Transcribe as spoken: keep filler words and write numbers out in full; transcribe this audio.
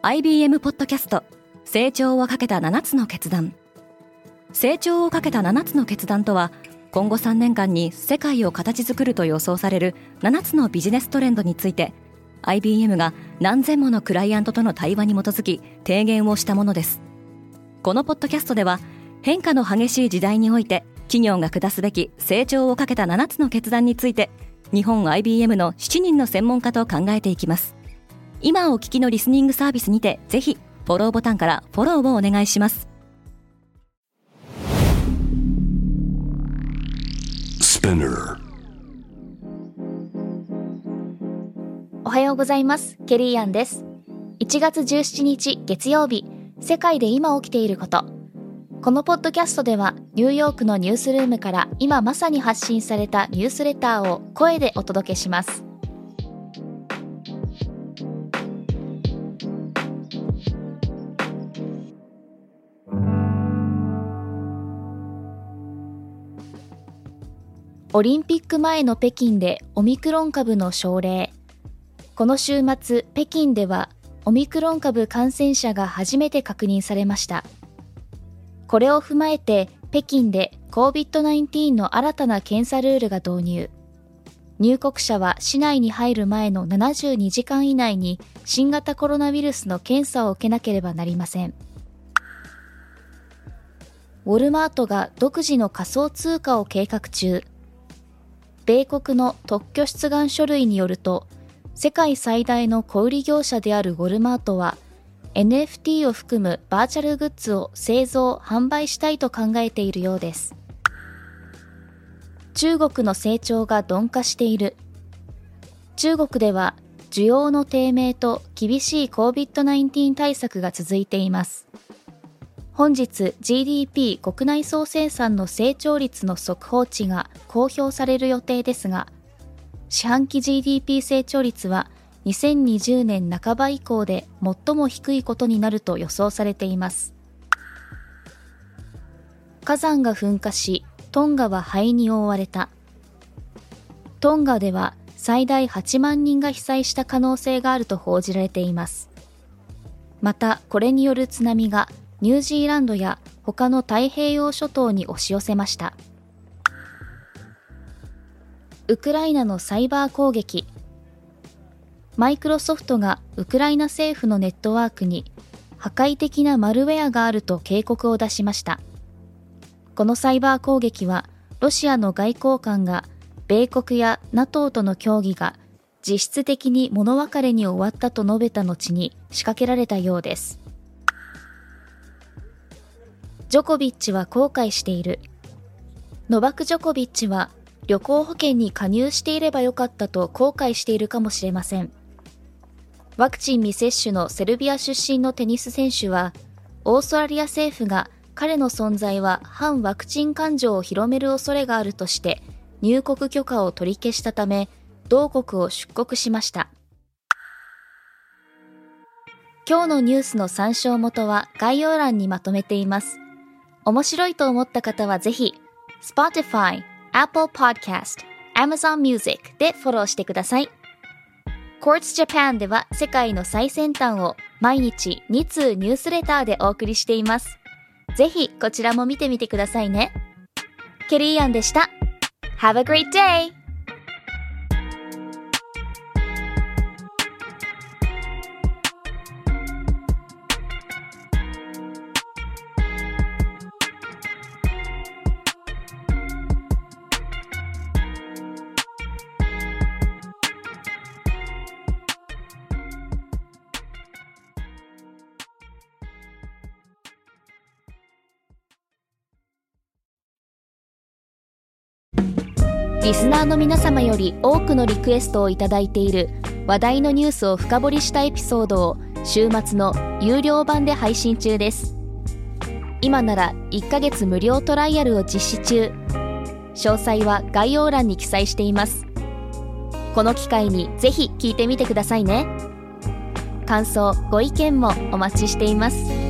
アイビーエム ポッドキャスト成長をかけたななつの決断。成長をかけたななつの決断とは、今後さんねんかんに世界を形作ると予想されるななつのビジネストレンドについて アイビーエム が何千ものクライアントとの対話に基づき提言をしたものです。このポッドキャストでは、変化の激しい時代において企業が下すべき成長をかけたななつの決断について、日本 アイビーエム のしちにんの専門家と考えていきます。今お聞きのリスニングサービスにて、ぜひフォローボタンからフォローをお願いします。 おはようございます。ケリーアンです。いちがつじゅうしちにち月曜日、世界で今起きていること。このポッドキャストでは、ニューヨークのニュースルームから今まさに発信されたニュースレターを声でお届けします。オリンピック前の北京でオミクロン株の症例。この週末、北京ではオミクロン株感染者が初めて確認されました。これを踏まえて、北京で コービッドナインティーン の新たな検査ルールが導入。入国者は市内に入る前のななじゅうにじかん以内に新型コロナウイルスの検査を受けなければなりません。ウォルマートが独自の仮想通貨を計画中。米国の特許出願書類によると、世界最大の小売業者であるウォルマートは、エヌエフティー を含むバーチャルグッズを製造・販売したいと考えているようです。中国の成長が鈍化している。中国では、需要の低迷と厳しい コービッドナインティーン 対策が続いています。本日 ジーディーピー 国内総生産の成長率の速報値が公表される予定ですが、四半期 ジーディーピー 成長率はにせんにじゅうねん半ば以降で最も低いことになると予想されています。火山が噴火し、トンガは灰に覆われた。トンガでは最大はちまんにんが被災した可能性があると報じられています。また、これによる津波がニュージーランドや他の太平洋諸島に押し寄せました。ウクライナのサイバー攻撃。マイクロソフトがウクライナ政府のネットワークに破壊的なマルウェアがあると警告を出しました。このサイバー攻撃は、ロシアの外交官が米国や ナトー との協議が実質的に物別れに終わったと述べた後に仕掛けられたようです。ジョコビッチは後悔している。ノバク・ジョコビッチは旅行保険に加入していればよかったと後悔しているかもしれません。ワクチン未接種のセルビア出身のテニス選手は、オーストラリア政府が彼の存在は反ワクチン感情を広める恐れがあるとして入国許可を取り消したため、同国を出国しました。今日のニュースの参照元は概要欄にまとめています。面白いと思った方はぜひ Spotify、Apple Podcast、Amazon Music でフォローしてください。Quartz Japan では世界の最先端を毎日につうニュースレターでお送りしています。ぜひこちらも見てみてくださいね。ケリーアンでした。Have a great day!リスナーの皆様より多くのリクエストをいただいている話題のニュースを深掘りしたエピソードを週末の有料版で配信中です。今ならいっかげつ無料トライアルを実施中。詳細は概要欄に記載しています。この機会にぜひ聞いてみてくださいね。感想、ご意見もお待ちしています。